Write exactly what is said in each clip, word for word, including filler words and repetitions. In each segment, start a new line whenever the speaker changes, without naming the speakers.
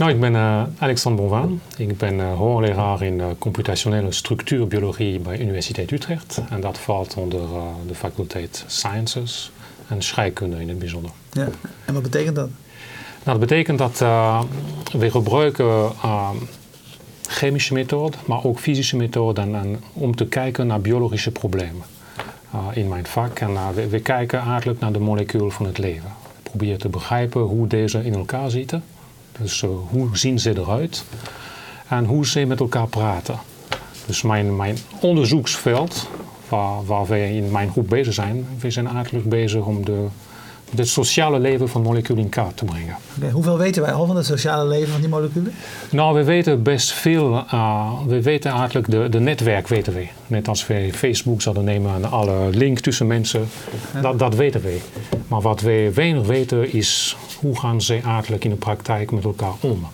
Nou, ik ben uh, Alexandre Bonvin. Ik ben uh, hoogleraar in uh, computationele structuurbiologie bij Universiteit Utrecht. En dat valt onder uh, de faculteit Sciences en scheikunde in het bijzonder.
Ja. En wat betekent dat?
Nou, dat betekent dat uh, we gebruiken uh, chemische methoden, maar ook fysische methoden en, om te kijken naar biologische problemen uh, in mijn vak. En uh, we, we kijken eigenlijk naar de moleculen van het leven. We proberen te begrijpen hoe deze in elkaar zitten. Dus uh, hoe zien ze eruit en hoe ze met elkaar praten. Dus mijn, mijn onderzoeksveld, waar, waar wij in mijn groep bezig zijn, we zijn eigenlijk bezig om de, het sociale leven van moleculen in kaart te brengen.
Okay, hoeveel weten wij al van het sociale leven van die moleculen?
Nou, we weten best veel. Uh, we weten eigenlijk de, de netwerk weten we. Net als we Facebook zouden nemen en alle link tussen mensen, ja. dat, dat weten we. Maar wat we weinig weten is hoe gaan ze eigenlijk in de praktijk met elkaar om.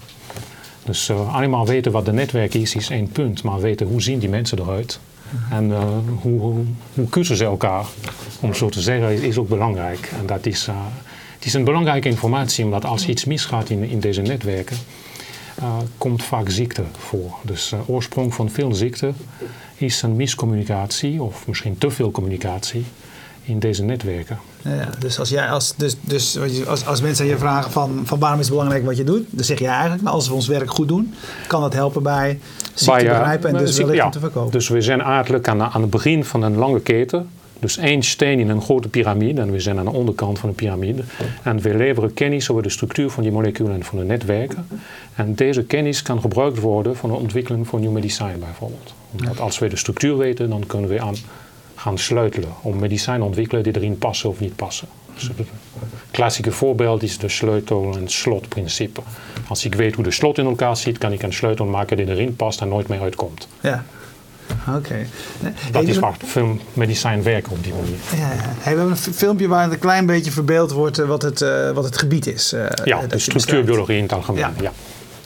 Dus uh, alleen maar weten wat de netwerk is, is één punt. Maar weten hoe zien die mensen eruit. En uh, hoe, hoe, hoe kussen ze elkaar, om zo te zeggen, is ook belangrijk. En dat is, uh, het is een belangrijke informatie, omdat als iets misgaat in, in deze netwerken, uh, komt vaak ziekte voor. Dus de uh, oorsprong van veel ziekten is een miscommunicatie, of misschien te veel communicatie, in deze netwerken.
Ja, dus als, jij, als, dus, dus als, als mensen je vragen van, van waarom is het belangrijk wat je doet, dan zeg je eigenlijk, nou, als we ons werk goed doen, kan dat helpen bij ziekte te begrijpen en dus wellicht
ja,
om te verkopen.
Dus we zijn eigenlijk aan, aan het begin van een lange keten. Dus één steen in een grote piramide en we zijn aan de onderkant van de piramide. En we leveren kennis over de structuur van die moleculen en van de netwerken. En deze kennis kan gebruikt worden voor de ontwikkeling van nieuw medicijn bijvoorbeeld. Omdat als we de structuur weten, dan kunnen we aan gaan sleutelen om medicijnen ontwikkelen die erin passen of niet passen. Dus het klassieke voorbeeld is de sleutel- en slotprincipe. Als ik weet hoe de slot in elkaar zit, kan ik een sleutel maken die erin past en nooit meer uitkomt.
Ja, oké. Okay.
Dat hey, is waar veel medicijn werken op die manier.
Ja, ja. Hey, we hebben een filmpje waar een klein beetje verbeeld wordt wat het, uh, wat het gebied is. Uh,
ja, de structuurbiologie in het algemeen. Ja. Ja.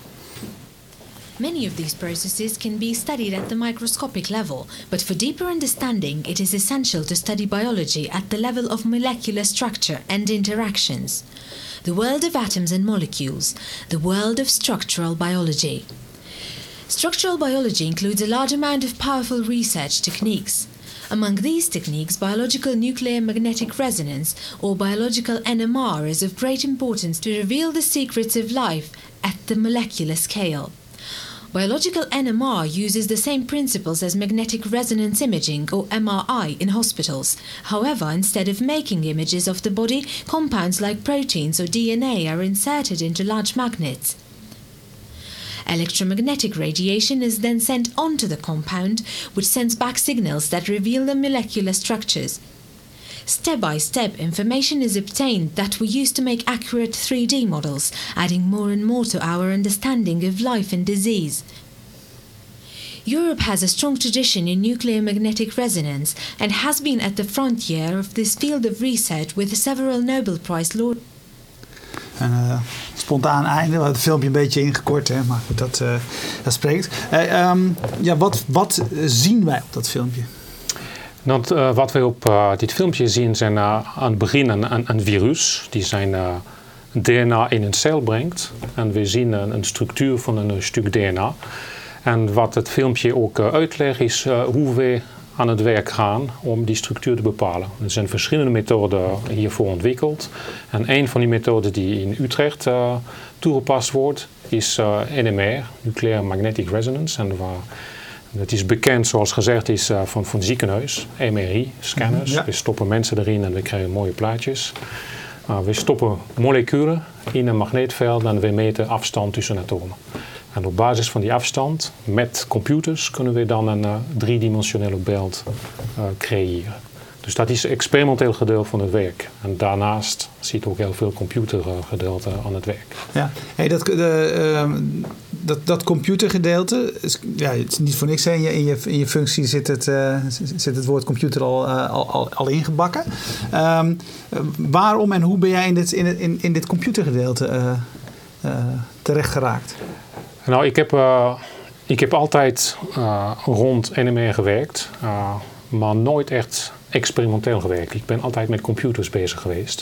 Many of these processes can be studied at the microscopic level, but for deeper understanding, it is essential to study biology at the level of molecular structure and interactions. The world of atoms and molecules, the world of structural biology. Structural biology includes a large amount of powerful research techniques. Among these techniques, biological nuclear magnetic resonance, or biological N M R, is of great importance to reveal the secrets of life at the molecular scale. Biological N M R uses the same principles as magnetic resonance imaging, or M R I, in hospitals. However, instead of making images of the body, compounds like proteins or D N A are inserted into large magnets. Electromagnetic radiation is then sent onto the compound, which sends back signals that reveal the molecular structures. Step by step, information is obtained that we use to make accurate three D models, adding more and more to our understanding of life and disease. Europe has a strong tradition in nuclear magnetic resonance and has been at the frontier of this field of research with several Nobel Prize laureates.
Een uh, spontaan einde. We hadden het filmpje een beetje ingekort, hè? Maar goed, dat, uh, dat spreekt. Uh, um, ja, wat, wat zien wij op dat filmpje?
Dat, uh, wat we op uh, dit filmpje zien zijn uh, aan het begin een, een, een virus die zijn uh, D N A in een cel brengt. En we zien een, een structuur van een stuk D N A. En wat het filmpje ook uh, uitlegt is uh, hoe we aan het werk gaan om die structuur te bepalen. Er zijn verschillende methoden hiervoor ontwikkeld. En een van die methoden die in Utrecht uh, toegepast wordt is uh, N M R, Nuclear Magnetic Resonance. En waar het is bekend, zoals gezegd is, uh, van, van ziekenhuis, M R I-scanners. Ja. We stoppen mensen erin en we krijgen mooie plaatjes. Uh, we stoppen moleculen in een magneetveld en we meten afstand tussen atomen. En op basis van die afstand, met computers, kunnen we dan een uh, driedimensionele beeld uh, creëren. Dus dat is het experimenteel gedeelte van het werk. En daarnaast zit ook heel veel computergedeelte aan het werk.
Ja, hey, dat, de, uh, dat, dat computergedeelte, is, ja, het is niet voor niks. Hè. In, je, in, je, in je functie zit het, uh, zit het woord computer al, uh, al, al, al ingebakken. Um, uh, waarom en hoe ben jij in dit, in, in, in dit computergedeelte uh, uh, terecht geraakt?
Nou, ik heb, uh, ik heb altijd uh, rond N M R gewerkt, uh, maar nooit echt experimenteel gewerkt. Ik ben altijd met computers bezig geweest.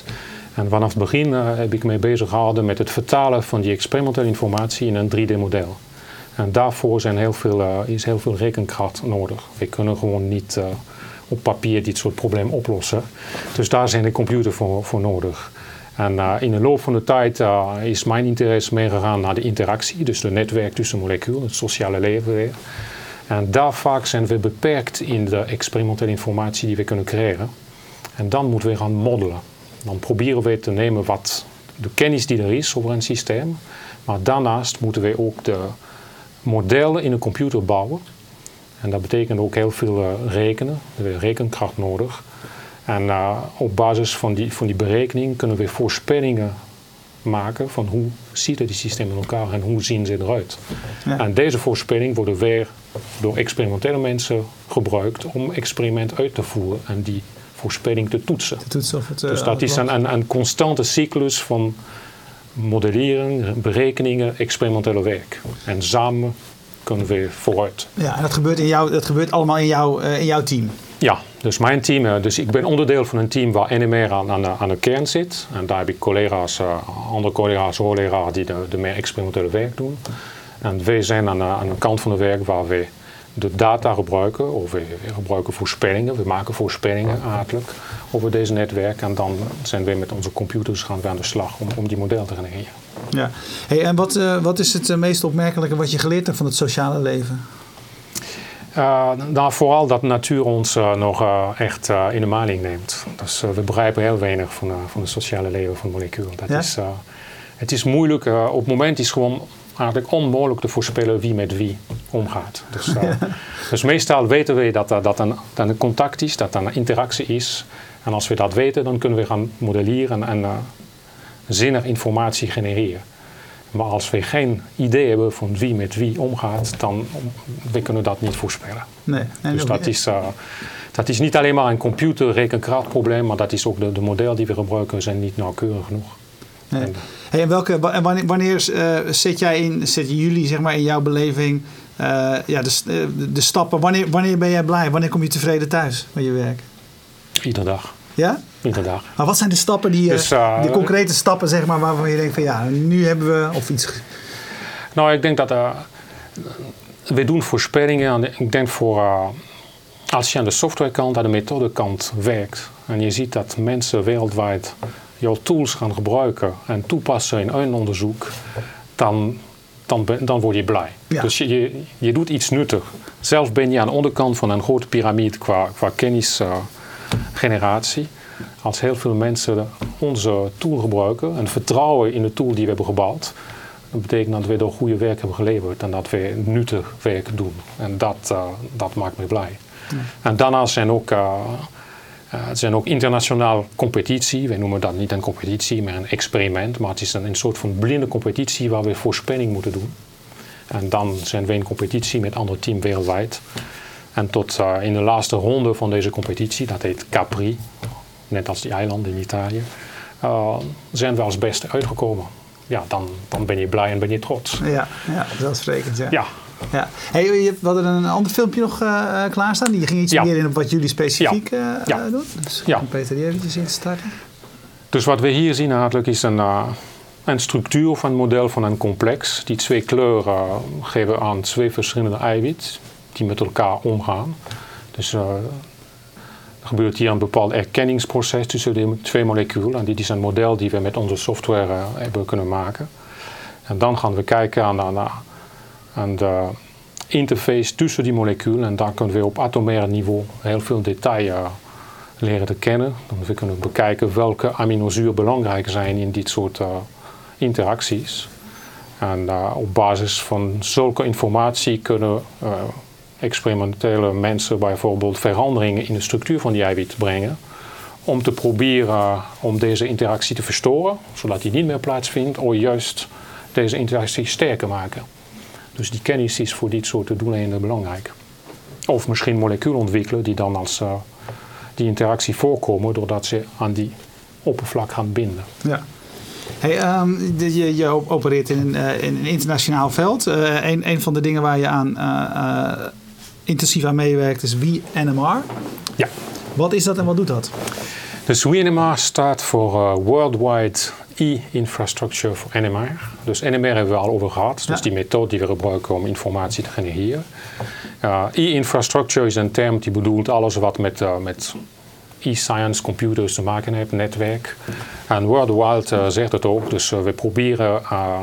En vanaf het begin uh, heb ik me bezig gehouden met het vertalen van die experimentele informatie in een drie D model. En daarvoor zijn heel veel, uh, is heel veel rekenkracht nodig. We kunnen gewoon niet uh, op papier dit soort problemen oplossen. Dus daar zijn de computers voor, voor nodig. En uh, in de loop van de tijd uh, is mijn interesse meer gegaan naar de interactie. Dus het netwerk tussen moleculen, het sociale leven weer. En daar vaak zijn we beperkt in de experimentele informatie die we kunnen creëren. En dan moeten we gaan modellen. Dan proberen we te nemen wat de kennis die er is over een systeem. Maar daarnaast moeten we ook de modellen in een computer bouwen. En dat betekent ook heel veel uh, rekenen. We hebben rekenkracht nodig. En uh, op basis van die, van die berekening kunnen we voorspellingen maken van hoe zitten die systemen in elkaar en hoe zien ze eruit. Ja. En deze voorspelling worden weer door experimentele mensen gebruikt om experiment uit te voeren en die voorspelling te toetsen.
Te toetsen of het, uh,
dus dat is een, een, een constante cyclus van modellering, berekeningen, experimentele werk. En samen kunnen we vooruit.
Ja, en dat gebeurt, in jou, dat gebeurt allemaal in, jou, uh, in jouw team?
Ja, dus mijn team, dus ik ben onderdeel van een team waar N M R aan, aan, de, aan de kern zit. En daar heb ik collega's, uh, andere collega's, hoorleraren die de, de meer experimentele werk doen. En wij zijn aan de, aan de kant van het werk waar we de data gebruiken, of we, we gebruiken voorspellingen, we maken voorspellingen eigenlijk over deze netwerk. En dan zijn we met onze computers gaan we aan de slag om, om die model te genereren.
Ja. Hey, en wat, uh, wat is het uh, meest opmerkelijke wat je geleerd hebt van het sociale leven?
Uh, nou, vooral dat de natuur ons uh, nog uh, echt uh, in de maling neemt. Dus uh, we begrijpen heel weinig van, uh, van het sociale leven van moleculen. Dat ja? is, uh, het is moeilijk. Uh, op het moment is het gewoon eigenlijk onmogelijk te voorspellen wie met wie omgaat. Dus, uh, ja. dus meestal weten we dat er dat een, dat een contact is, dat er een interactie is. En als we dat weten, dan kunnen we gaan modelleren en uh, zinnig informatie genereren. Maar als we geen idee hebben van wie met wie omgaat, dan we kunnen dat niet voorspellen. Nee, nee, dus dat is, uh, dat is niet alleen maar een computerrekenkrachtprobleem, maar dat is ook de, de modellen die we gebruiken zijn niet nauwkeurig genoeg.
Nee. En, hey, en, welke, en wanneer, wanneer uh, zet jij in, zetten jullie zeg maar in jouw beleving uh, ja, de, de, de stappen? Wanneer, wanneer ben jij blij? Wanneer kom je tevreden thuis met je werk?
Iedere dag.
Ja?
Iedere dag.
Maar wat zijn de stappen die, dus, uh, de concrete stappen zeg maar, waarvan je denkt van ja, nu hebben we of iets.
Nou, ik denk dat uh, we doen voorspellingen. En ik denk voor uh, als je aan de softwarekant, aan de methodekant werkt en je ziet dat mensen wereldwijd jouw tools gaan gebruiken en toepassen in een onderzoek, dan, dan, dan word je blij. Ja. Dus je, je, je doet iets nuttig. Zelfs ben je aan de onderkant van een grote piramide qua, qua kennisgeneratie. Uh, Als heel veel mensen onze tool gebruiken en vertrouwen in de tool die we hebben gebouwd, dat betekent dat we door goede werk hebben geleverd en dat we nuttig werk doen. En dat, uh, dat maakt me blij. Ja. En daarnaast zijn ook, uh, uh, zijn ook internationaal competitie. We noemen dat niet een competitie, maar een experiment. Maar het is een, een soort van blinde competitie waar we voorspelling moeten doen. En dan zijn we in competitie met andere teams wereldwijd. En tot uh, in de laatste ronde van deze competitie, dat heet Capri, net als die eilanden in Italië, uh, zijn we als beste uitgekomen. Ja, dan, dan ben je blij en ben je trots.
Ja, ja, vanzelfsprekend. Ja.
Ja.
Ja. Hey, we hadden een ander filmpje nog uh, klaarstaan. Die ging iets ja. meer in op wat jullie specifiek ja. Uh, ja. doen. Dus ja. Peter, die eventjes in te starten.
Dus wat we hier zien eigenlijk is een, uh, een structuur van een model van een complex. Die twee kleuren uh, geven aan twee verschillende eiwitten die met elkaar omgaan. Dus uh, er gebeurt hier een bepaald erkenningsproces tussen de twee moleculen. En dit is een model die we met onze software uh, hebben kunnen maken. En dan gaan we kijken aan, aan, aan de interface tussen die moleculen. En daar kunnen we op atomair niveau heel veel detail uh, leren te kennen. We kunnen bekijken welke aminozuren belangrijk zijn in dit soort uh, interacties. En uh, op basis van zulke informatie kunnen uh, experimentele mensen bijvoorbeeld veranderingen in de structuur van die eiwit brengen. Om te proberen uh, om deze interactie te verstoren, zodat die niet meer plaatsvindt. Of juist deze interactie sterker maken. Dus die kennis is voor dit soort doeleinden belangrijk. Of misschien moleculen ontwikkelen die dan als uh, die interactie voorkomen doordat ze aan die oppervlak gaan binden.
Ja. Hey, um, je, je opereert in een, uh, in een internationaal veld. Uh, een, een van de dingen waar je aan uh, uh, intensief aan meewerkt is W N M R.
Ja.
Wat is dat en wat doet dat?
Dus W N M R staat voor uh, Worldwide E-Infrastructure for N M R. Dus N M R hebben we al over gehad. Dus ja. die methode die we gebruiken om informatie te genereren. Uh, E-Infrastructure is een term die bedoelt alles wat met, uh, met e-science computers te maken heeft, netwerk. En Worldwide uh, zegt het ook. Dus uh, we proberen uh,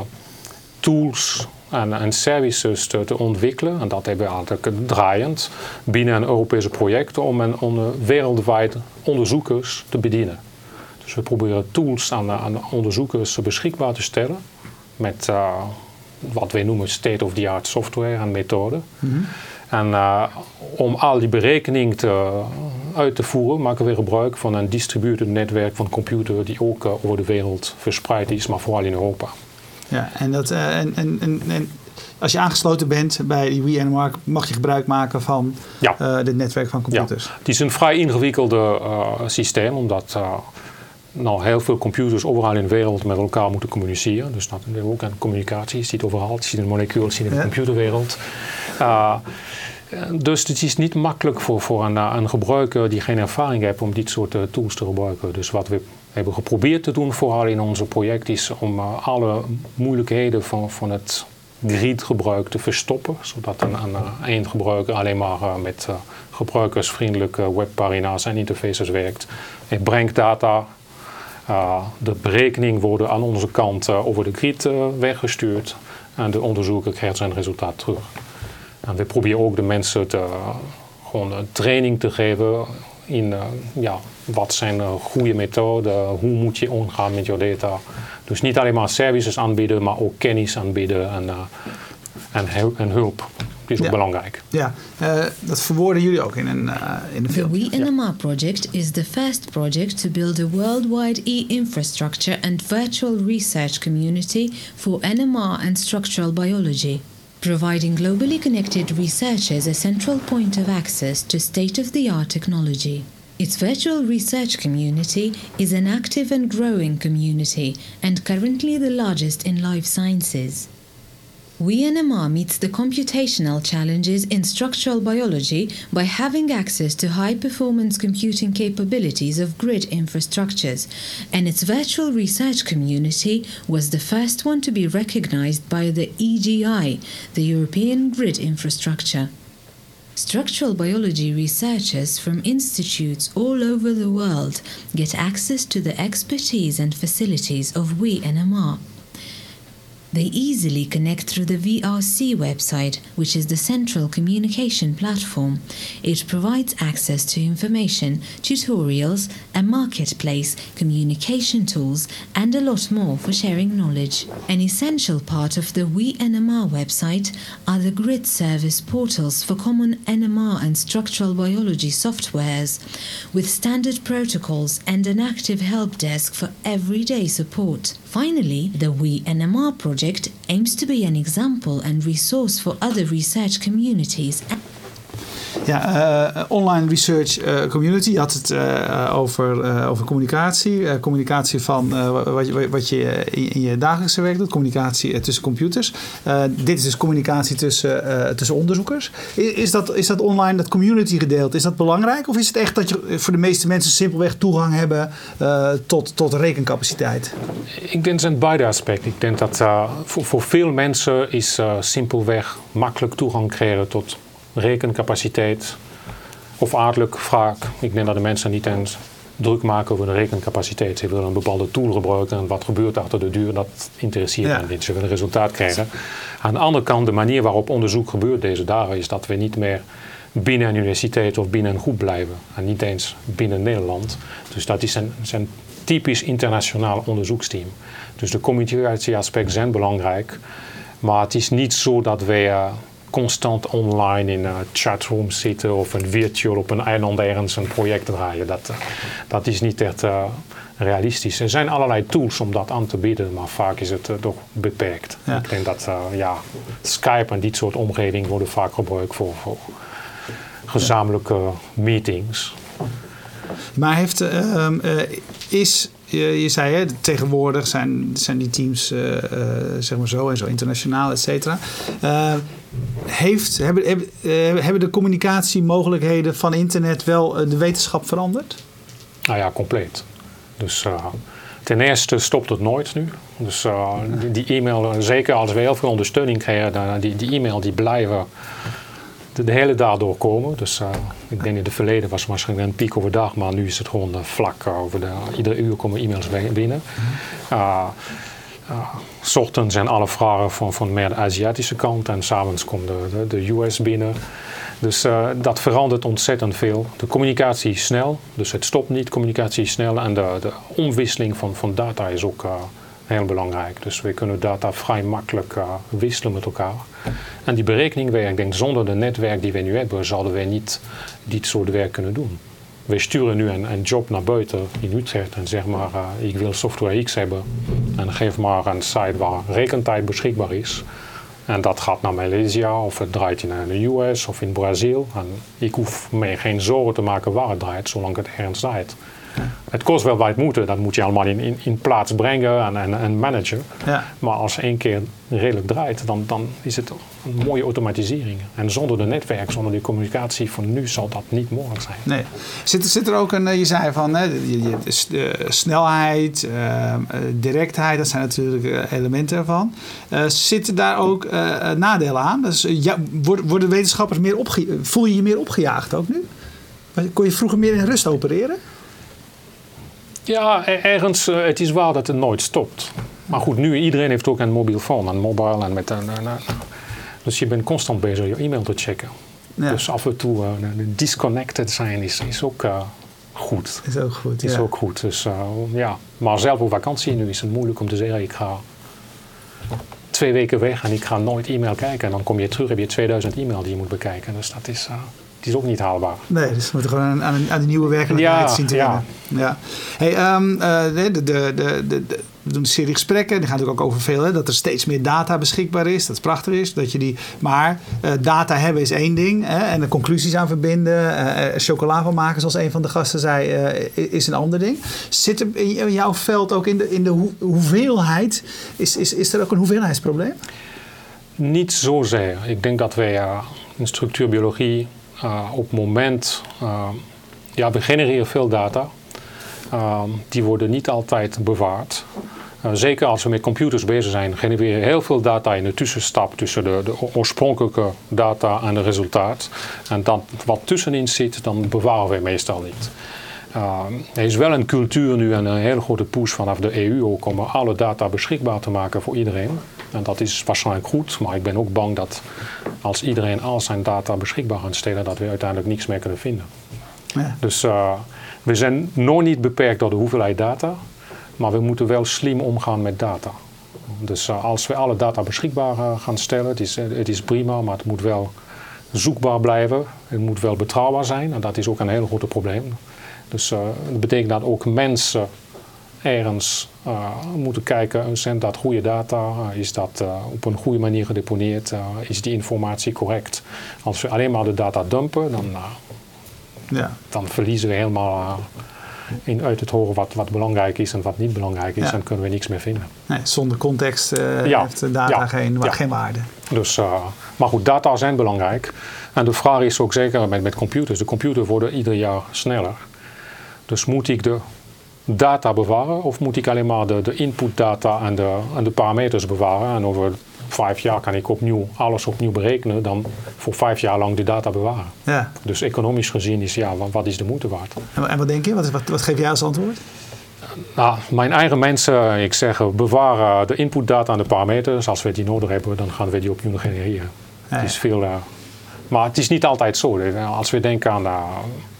tools en, en services te, te ontwikkelen. En dat hebben we eigenlijk draaiend binnen een Europese project om een, om wereldwijd onderzoekers te bedienen. Dus we proberen tools aan, aan onderzoekers beschikbaar te stellen met uh, wat wij noemen state-of-the-art software en methoden. Mm-hmm. En uh, om al die berekening te, uit te voeren maken we gebruik van een distributed netwerk van computers die ook uh, over de wereld verspreid is, maar vooral in Europa.
Ja, en, dat, uh, en, en, en, en als je aangesloten bent bij die W N M R mag je gebruik maken van ja. uh, dit netwerk van computers.
Ja. Het is een vrij ingewikkelde uh, systeem, omdat uh, nou, heel veel computers overal in de wereld met elkaar moeten communiceren. Dus dat is ook een communicatie. Je ziet overal, je ziet een molecuul, je ziet in de ja. computerwereld. Uh, dus het is niet makkelijk voor, voor een, een gebruiker die geen ervaring heeft om dit soort uh, tools te gebruiken. Dus wat we hebben geprobeerd te doen, vooral in ons project, is om uh, alle moeilijkheden van, van het gridgebruik te verstoppen. Zodat een, een, een eindgebruiker alleen maar uh, met uh, gebruikersvriendelijke webpagina's en interfaces werkt. Het brengt data. Uh, de berekening worden aan onze kant uh, over de grid uh, weggestuurd. En de onderzoeker krijgt zijn resultaat terug. En we proberen ook de mensen te, uh, gewoon een training te geven in uh, ja, wat zijn uh, goede methoden, hoe moet je omgaan met je data. Dus niet alleen maar services aanbieden, maar ook kennis aanbieden en, uh, en, en hulp. Dat is ook
ja.
belangrijk.
Ja, uh, dat verwoorden jullie ook in een, uh, in een film.
The W N M R project is the first project to build a worldwide e-infrastructure and virtual research community for N M R and structural biology, providing globally connected researchers a central point of access to state-of-the-art technology. Its virtual research community is an active and growing community and currently the largest in life sciences. W N M R meets the computational challenges in structural biology by having access to high-performance computing capabilities of grid infrastructures, and its virtual research community was the first one to be recognized by the E G I, the European Grid Infrastructure. Structural biology researchers from institutes all over the world get access to the expertise and facilities of W N M R. They easily connect through the V R C website, which is the central communication platform. It provides access to information, tutorials, a marketplace, communication tools, and a lot more for sharing knowledge. An essential part of the W N M R website are the grid service portals for common N M R and structural biology softwares, with standard protocols and an active help desk for everyday support. Finally, the W N M R project aims to be an example and resource for other research communities.
Ja, uh, online research uh, community. Je had het uh, over, uh, over communicatie. Uh, communicatie van uh, wat, je, wat je in, in je dagelijkse werk doet. Communicatie uh, tussen computers. Uh, dit is dus communicatie tussen, uh, tussen onderzoekers. Is, is, dat, is dat online, dat community gedeelte, is dat belangrijk? Of is het echt dat je voor de meeste mensen simpelweg toegang hebben uh, tot, tot rekencapaciteit?
Ik denk het zijn beide aspecten. Ik denk dat uh, voor, voor veel mensen is uh, simpelweg makkelijk toegang krijgen tot rekencapaciteit of aardelijk vaak. Ik denk dat de mensen niet eens druk maken over de rekencapaciteit. Ze willen een bepaalde tool gebruiken en wat gebeurt achter de deur, dat interesseert hen niet. Ze willen een resultaat krijgen. Aan de andere kant, de manier waarop onderzoek gebeurt deze dagen is dat we niet meer binnen een universiteit of binnen een groep blijven. En niet eens binnen Nederland. Dus dat is een, is een typisch internationaal onderzoeksteam. Dus de communicatieaspecten zijn belangrijk. Maar het is niet zo dat wij uh, constant online in uh, chatrooms zitten of een virtual op een eiland ergens een project draaien. Dat, uh, dat is niet echt uh, realistisch. Er zijn allerlei tools om dat aan te bieden, maar vaak is het uh, toch beperkt. Ja. Ik denk dat uh, ja, Skype en dit soort omgeving worden vaak gebruikt voor, voor gezamenlijke ja. meetings.
Maar heeft, uh, uh, is... Je, je zei, hè, tegenwoordig zijn, zijn die teams uh, uh, zeg maar zo en zo internationaal, et cetera. Uh, heeft, hebben, hebben, uh, hebben de communicatiemogelijkheden van internet wel uh, de wetenschap veranderd?
Nou ja, compleet. Dus uh, ten eerste stopt het nooit nu. Dus uh, die, die e-mail, zeker als we heel veel ondersteuning krijgen, die, die e-mail die blijven de, de hele dag doorkomen. Dus uh, ik denk in het verleden was het waarschijnlijk een piek overdag, maar nu is het gewoon uh, vlak uh, over de, iedere uur komen e-mails binnen. Uh, uh, 's ochtends zijn alle vragen van, van meer de Aziatische kant en 's avonds komt de, de, de U S binnen. Dus uh, dat verandert ontzettend veel. De communicatie is snel, dus het stopt niet. Communicatie is snel en de, de omwisseling van, van data is ook uh, heel belangrijk. Dus we kunnen data vrij makkelijk uh, wisselen met elkaar. En die berekening, ik denk zonder de netwerk die we nu hebben, zouden we niet dit soort werk kunnen doen. We sturen nu een, een job naar buiten in Utrecht en zeg maar, uh, ik wil software X hebben. En geef maar een site waar rekentijd beschikbaar is. En dat gaat naar Maleisië of het draait in de U S of in Brazil. En ik hoef me geen zorgen te maken waar het draait, zolang het ergens draait. Ja. Het kost wel wat moeten, dat moet je allemaal in, in, in plaats brengen en, en, en managen. Ja. Maar als één keer redelijk draait, dan, dan is het een mooie automatisering. En zonder de netwerk, zonder die communicatie van nu zal dat niet mogelijk zijn.
Nee. Zit, zit er ook een, je zei van hè, de, de snelheid, uh, directheid, dat zijn natuurlijk elementen ervan. Uh, zitten daar ook uh, nadelen aan? Dus, ja, worden wetenschappers meer opge- voel je je meer opgejaagd ook nu? Kon je vroeger meer in rust opereren?
Ja, ergens, uh, het is waar dat het nooit stopt. Maar goed, nu iedereen heeft ook een mobiel phone, een mobile en met een, een, een dus je bent constant bezig je e-mail te checken. Ja. Dus af en toe uh, disconnected zijn is, is ook uh, goed.
Is ook goed,
is
ja.
ook goed. Dus, uh, ja. Maar zelf op vakantie nu is het moeilijk om te zeggen, ik ga twee weken weg en ik ga nooit e-mail kijken. En dan kom je terug, heb je tweeduizend e-mail die je moet bekijken. Dus dat is... Uh, Het is ook niet haalbaar.
Nee, dus we moeten gewoon aan, aan de nieuwe werkelijkheid
ja,
zien te
ja.
winnen. Ja. Hey, um, uh, de, de, de, de, de, we doen een serie gesprekken. Die gaan natuurlijk ook over veel. Hè, dat er steeds meer data beschikbaar is. Dat is prachtig is. Dat je die, maar uh, data hebben is één ding. Hè, en er conclusies aan verbinden. Uh, chocola van maken, zoals een van de gasten zei, uh, is een ander ding. Zit er in jouw veld ook in de, in de ho- hoeveelheid? Is, is, is er ook een hoeveelheidsprobleem?
Niet zozeer. Ik denk dat wij uh, in structuurbiologie... Uh, op het moment, uh, ja, we genereren veel data. Uh, die worden niet altijd bewaard. Uh, zeker als we met computers bezig zijn, genereren we heel veel data in de tussenstap tussen de, de oorspronkelijke data en het resultaat. En dat wat tussenin zit, dan bewaren we meestal niet. Uh, er is wel een cultuur nu en een hele grote push vanaf de E U ook om alle data beschikbaar te maken voor iedereen. En dat is waarschijnlijk goed, maar ik ben ook bang dat als iedereen al zijn data beschikbaar gaat stellen, dat we uiteindelijk niks meer kunnen vinden. Ja. Dus uh, we zijn nog niet beperkt door de hoeveelheid data, maar we moeten wel slim omgaan met data. Dus uh, als we alle data beschikbaar uh, gaan stellen, het is, het is prima, maar het moet wel zoekbaar blijven. Het moet wel betrouwbaar zijn en dat is ook een heel groot probleem. Dus uh, dat betekent dat ook mensen ergens uh, moeten kijken, zijn dat goede data? Uh, is dat uh, op een goede manier gedeponeerd? Uh, is die informatie correct? Als we alleen maar de data dumpen, dan, uh, ja. dan verliezen we helemaal uh, in, uit het horen wat, wat belangrijk is en wat niet belangrijk is. Ja. En kunnen we niks meer vinden.
Nee, zonder context uh, ja. heeft de data ja. Geen, ja. geen waarde.
Dus, uh, maar goed, data zijn belangrijk. En de vraag is ook zeker met, met computers. De computers worden ieder jaar sneller. Dus moet ik de data bewaren of moet ik alleen maar de, de inputdata en de, en de parameters bewaren? En over vijf jaar kan ik opnieuw alles opnieuw berekenen, dan voor vijf jaar lang de data bewaren. Ja. Dus economisch gezien is ja, wat is de moeite waard?
En wat denk je? Wat, wat, wat geef jij als antwoord?
Nou, mijn eigen mensen, ik zeg bewaren de inputdata en de parameters. Als we die nodig hebben, dan gaan we die opnieuw genereren. Ja. Het is veel, uh, maar het is niet altijd zo. Als we denken aan uh,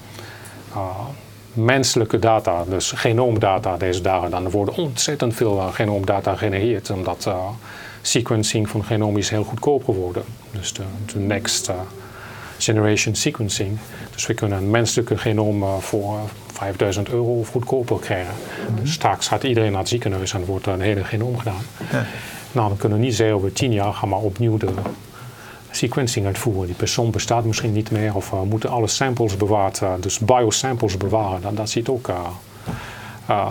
uh, menselijke data, dus genoomdata deze dagen, dan worden ontzettend veel uh, genoomdata gegenereerd, omdat uh, sequencing van genoom is heel goedkoop geworden. Dus de, de next uh, generation sequencing. Dus we kunnen een menselijke genoom uh, voor uh, vijfduizend euro of goedkoper krijgen. Mm-hmm. Dus straks gaat iedereen naar het ziekenhuis en wordt er een hele genoom gedaan. Ja. Nou, dan kunnen we niet zeggen over tien jaar gaan maar opnieuw de sequencing uitvoeren. Die persoon bestaat misschien niet meer of uh, moeten alle samples bewaard, uh, dus biosamples bewaren. Dat, dat zit ook uh, uh,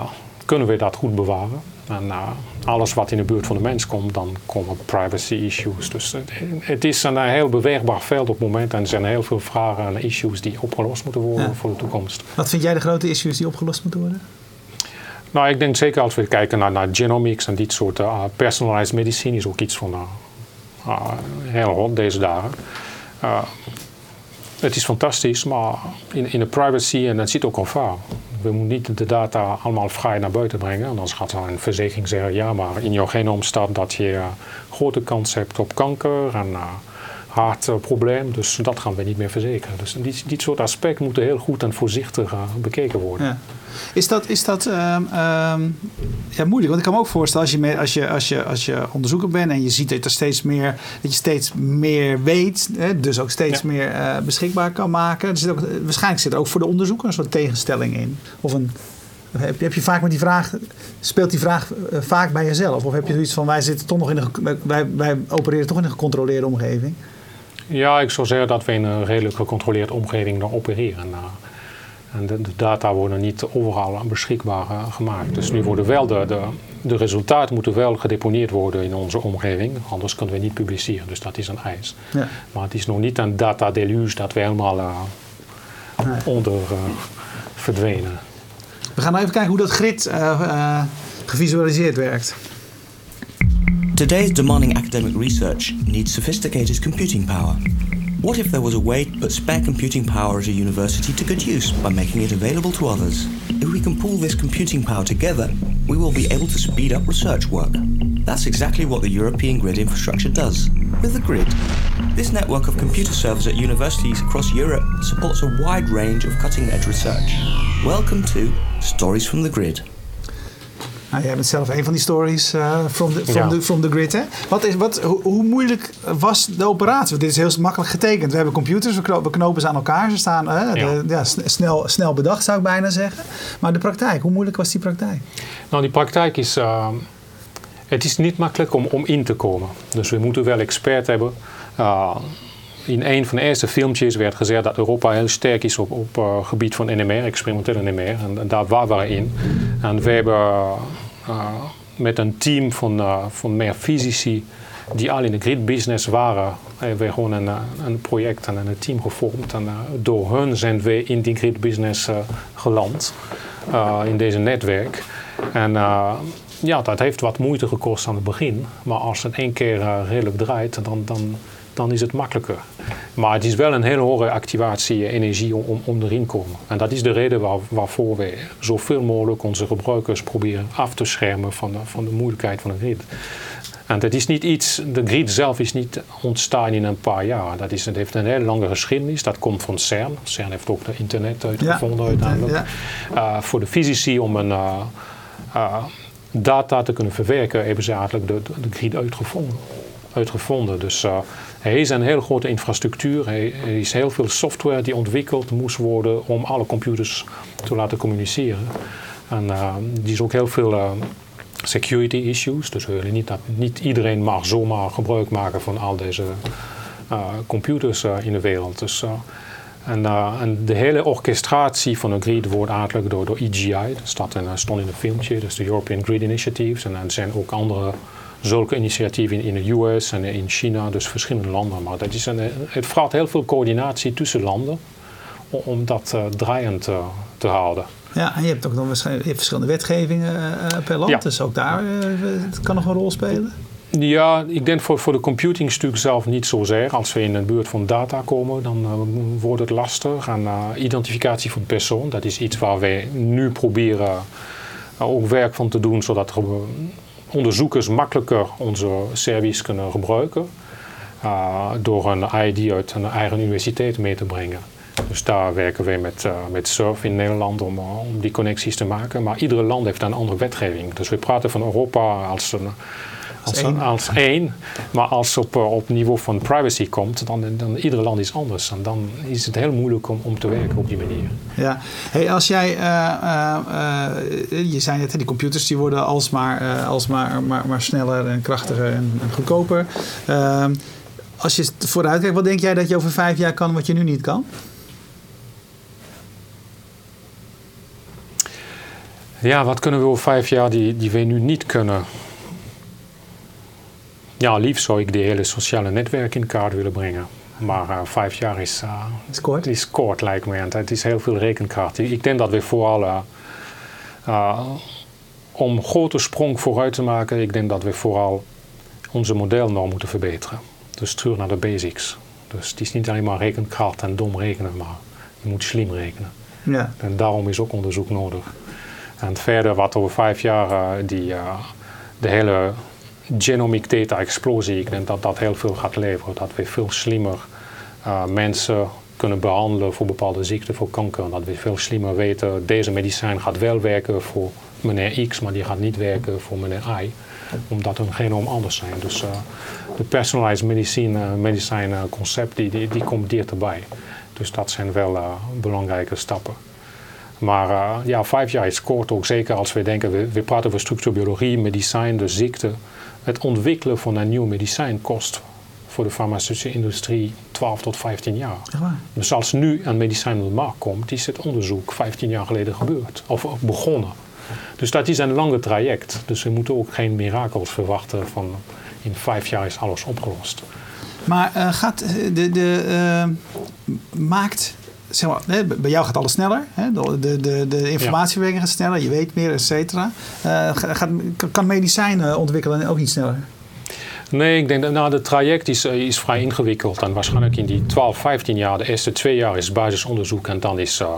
kunnen we dat goed bewaren. En uh, alles wat in de buurt van de mens komt, dan komen privacy issues. Dus uh, het is een uh, heel beweegbaar veld op het moment. En er zijn heel veel vragen en issues die opgelost moeten worden ja. voor de toekomst.
Wat vind jij de grote issues die opgelost moeten worden?
Nou, ik denk zeker als we kijken naar, naar genomics en dit soort uh, personalized medicine is ook iets van uh, uh, heel hot deze dagen. Uh, het is fantastisch, maar in, in de privacy, en dat zit ook al vaak. We moeten niet de data allemaal vrij naar buiten brengen. Anders gaat een verzekering zeggen, ja, maar in jouw genoom staat dat je uh, grote kans hebt op kanker en uh, hartprobleem. Dus dat gaan we niet meer verzekeren. Dus dit, dit soort aspecten moeten heel goed en voorzichtig uh, bekeken worden.
Ja. Is dat, is dat um, um, ja, moeilijk? Want ik kan me ook voorstellen, als je, mee, als je, als je, als je onderzoeker bent en je ziet dat, er steeds meer, dat je steeds meer weet, hè, dus ook steeds ja. meer uh, beschikbaar kan maken. Er zit ook, waarschijnlijk zit er ook voor de onderzoeker een soort tegenstelling in. Of een, heb, heb je vaak met die vraag, speelt die vraag uh, vaak bij jezelf? Of heb je zoiets van, wij, zitten toch nog in een, wij, wij opereren toch in een gecontroleerde omgeving?
Ja, ik zou zeggen dat we in een redelijk gecontroleerde omgeving dan opereren. Uh, En de, de data worden niet overal beschikbaar uh, gemaakt. Dus nu worden wel de, de, de resultaten moeten wel gedeponeerd worden in onze omgeving. Anders kunnen we niet publiceren. Dus dat is een eis. Ja. Maar het is nog niet een data deluge dat we helemaal uh, nee. onder uh, verdwenen.
We gaan nou even kijken hoe dat grid uh, uh, gevisualiseerd werkt.
Today's demanding academic research needs sophisticated computing power. What if there was a way to put spare computing power at a university to good use by making it available to others? If we can pool this computing power together, we will be able to speed up research work. That's exactly what the European Grid infrastructure does. With the Grid, this network of computer servers at universities across Europe supports a wide range of cutting-edge research. Welcome to Stories from the Grid.
Nou, jij bent zelf een van die stories uh, from, the, from, ja. the, from the Grid. Hè? Wat is, wat, hoe, hoe moeilijk was de operatie? Want dit is heel makkelijk getekend. We hebben computers, we knopen, we knopen ze aan elkaar. Ze staan uh, ja. De, ja, snel, snel bedacht, zou ik bijna zeggen. Maar de praktijk, hoe moeilijk was die praktijk?
Nou, die praktijk is... Uh, het is niet makkelijk om, om in te komen. Dus we moeten wel expert hebben. Uh, in een van de eerste filmpjes werd gezegd dat Europa heel sterk is op het uh, gebied van N M R, experimentele N M R. En, en daar waren we in. En we hebben uh, met een team van, uh, van meer fysici die al in de grid business waren, hebben we gewoon een, een project en een team gevormd. En uh, door hun zijn we in die grid business uh, geland, uh, in deze netwerk. En uh, ja, dat heeft wat moeite gekost aan het begin. Maar als het één keer uh, redelijk draait, dan... dan dan is het makkelijker. Maar het is wel een hele hoge activatie energie om, om, om erin te komen. En dat is de reden waar, waarvoor we zoveel mogelijk onze gebruikers proberen af te schermen van de, van de moeilijkheid van de grid. En dat is niet iets, de grid zelf is niet ontstaan in een paar jaar. Dat, is, dat heeft een hele lange geschiedenis. Dat komt van CERN. CERN heeft ook het internet uitgevonden ja, uiteindelijk. Ja. Uh, voor de fysici om een uh, uh, data te kunnen verwerken hebben ze eigenlijk de, de grid uitgevonden. uitgevonden. Dus uh, er is een hele grote infrastructuur. Er is heel veel software die ontwikkeld moest worden om alle computers te laten communiceren. En uh, er is ook heel veel uh, security issues. Dus we willen niet dat niet iedereen mag zomaar gebruik maken van al deze uh, computers uh, in de wereld. Dus, uh, en, uh, en de hele orchestratie van de grid wordt eigenlijk door, door E G I. Dat staat in, stond in een filmpje. Dus de European Grid Initiatives. En er zijn ook andere zulke initiatieven in de U S en in China, dus verschillende landen. Maar dat is een, het vraagt heel veel coördinatie tussen landen om, om dat uh, draaiend uh, te houden.
Ja, en je hebt ook nog waarschijnlijk je hebt verschillende wetgevingen uh, per land, ja. Dus ook daar uh, het kan nog een rol spelen?
Ja, ik denk voor, voor de computing stuk zelf niet zozeer. Als we in de buurt van data komen, dan uh, wordt het lastig. En uh, identificatie van persoon, dat is iets waar wij nu proberen uh, ook werk van te doen, zodat er onderzoekers makkelijker onze service kunnen gebruiken uh, door een I D uit een eigen universiteit mee te brengen. Dus daar werken we met, uh, met SURF in Nederland om, uh, om die connecties te maken. Maar iedere land heeft een andere wetgeving. Dus we praten van Europa als een, als een, als één. Maar als het op, uh, op niveau van privacy komt, dan, dan iedere land is anders. En dan is het heel moeilijk om, om te werken op die manier.
Ja, hey, als jij, uh, uh, uh, je zei net, die computers die worden alsmaar, uh, alsmaar maar, maar sneller en krachtiger en, en goedkoper. Uh, als je vooruit kijkt, wat denk jij dat je over vijf jaar kan wat je nu niet kan?
Ja, wat kunnen we over vijf jaar die, die we nu niet kunnen? Ja, liefst zou ik de hele sociale netwerk in kaart willen brengen. Maar uh, vijf jaar is, uh,
is kort.
Is kort, lijkt me. En het is heel veel rekenkaart. Ik denk dat we vooral, uh, uh, om een grote sprong vooruit te maken, ik denk dat we vooral onze model nog moeten verbeteren. Dus terug naar de basics. Dus het is niet alleen maar rekenkaart en dom rekenen, maar je moet slim rekenen.
Ja.
En daarom is ook onderzoek nodig. En verder wat over vijf jaar uh, die, uh, de hele genomic data explosie, ik denk dat dat heel veel gaat leveren. Dat we veel slimmer uh, mensen kunnen behandelen voor bepaalde ziekten, voor kanker. Dat we veel slimmer weten, deze medicijn gaat wel werken voor meneer X, maar die gaat niet werken voor meneer Y. Omdat hun genoom anders zijn. Dus uh, de personalized medicine, uh, medicijn uh, concept, die, die, die komt dichterbij. Dus dat zijn wel uh, belangrijke stappen. Maar uh, ja, vijf jaar is kort ook, zeker als we denken, we, we praten over structuurbiologie, medicijn, de ziekte. Het ontwikkelen van een nieuw medicijn kost voor de farmaceutische industrie twaalf tot vijftien jaar.
Ja.
Dus als nu een medicijn op de markt komt, is het onderzoek vijftien jaar geleden gebeurd of begonnen. Dus dat is een lange traject. Dus we moeten ook geen mirakels verwachten van in vijf jaar is alles opgelost.
Maar uh, gaat de, de, uh, maakt, zeg maar, hè, bij jou gaat alles sneller. Hè? De, de, de, de informatiewerking gaat sneller, je weet meer, et cetera. Uh, gaat, kan medicijn ontwikkelen ook niet sneller?
Nee, ik denk dat nou, het traject is, is vrij ingewikkeld. En waarschijnlijk in die twaalf, vijftien jaar, de eerste twee jaar is basisonderzoek en dan is... Uh,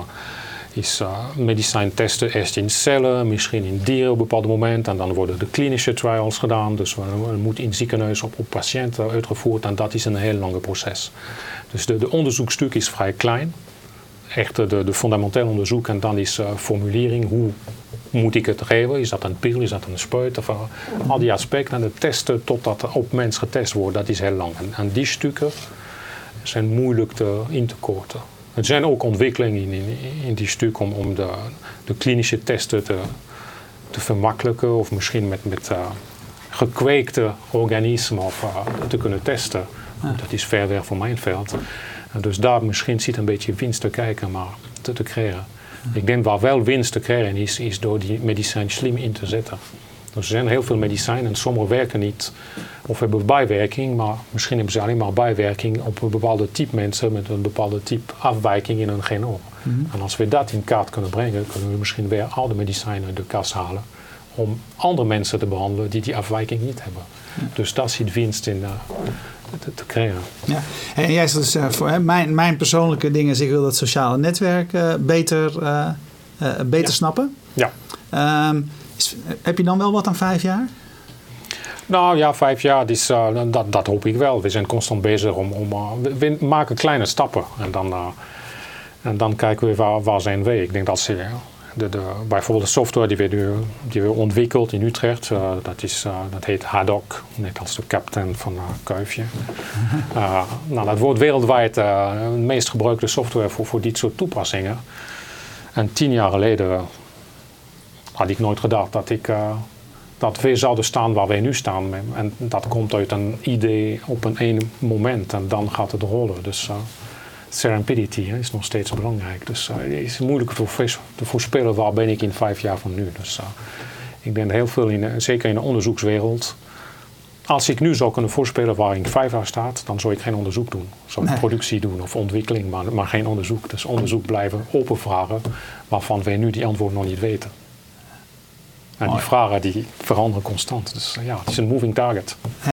is uh, medicijn testen eerst in cellen, misschien in dieren op een bepaald moment. En dan worden de klinische trials gedaan. Dus we, we moeten in ziekenhuis op, op patiënten uitgevoerd. En dat is een heel lange proces. Dus de, de onderzoekstuk is vrij klein. Echt de, de fundamenteel onderzoek. En dan is uh, formulering. Hoe moet ik het geven? Is dat een pil? Is dat een spuit? Of, uh, al die aspecten. En de testen totdat er op mens getest wordt, dat is heel lang. En, en die stukken zijn moeilijk te, in te korten. Er zijn ook ontwikkelingen in, in, in die stuk om, om de, de klinische testen te, te vermakkelijken of misschien met, met uh, gekweekte organismen of, uh, te kunnen testen. Ja. Dat is ver weg van mijn veld. Uh, dus daar misschien zit een beetje winst te kijken, maar te, te creëren. Ja. Ik denk waar wel winst te creëren is, is door die medicijn slim in te zetten. Dus er zijn heel veel medicijnen en sommige werken niet of hebben bijwerking, maar misschien hebben ze alleen maar bijwerking op een bepaalde type mensen met een bepaalde type afwijking in hun genoom. Mm-hmm. En als we dat in kaart kunnen brengen, kunnen we misschien weer al de medicijnen uit de kast halen om andere mensen te behandelen die die afwijking niet hebben. Ja. Dus dat zit winst in uh, te, te creëren. Ja.
En jij zegt dus uh, voor hè, mijn, mijn persoonlijke dingen is ik wil dat sociale netwerk uh, beter, uh, uh, beter ja. snappen.
Ja.
Um, Is, heb je dan wel wat aan vijf jaar?
Nou ja, vijf jaar, is, uh, dat, dat hoop ik wel. We zijn constant bezig om... om uh, we, we maken kleine stappen. En dan, uh, en dan kijken we waar, waar zijn we. Ik denk dat ze, de, de, bijvoorbeeld de software die we nu die we ontwikkeld in Utrecht, uh, dat, is, uh, dat heet Haddock, net als de captain van uh, Kuifje. Uh, nou, dat wordt wereldwijd uh, de meest gebruikte software voor, voor dit soort toepassingen. En tien jaar geleden had ik nooit gedacht dat, ik, uh, dat we zouden staan waar wij nu staan. En dat komt uit een idee op een ene moment en dan gaat het rollen. Dus uh, serendipity hè, is nog steeds belangrijk. Dus uh, het is moeilijk te voorspellen waar ben ik in vijf jaar van nu. Dus uh, ik denk heel veel, in, zeker in de onderzoekswereld. Als ik nu zou kunnen voorspellen waar ik in vijf jaar staat, dan zou ik geen onderzoek doen. Zou ik nee. productie doen of ontwikkeling, maar, maar geen onderzoek. Dus onderzoek blijven open vragen waarvan wij nu die antwoord nog niet weten. En die vragen die veranderen constant. Dus ja, het is een moving target.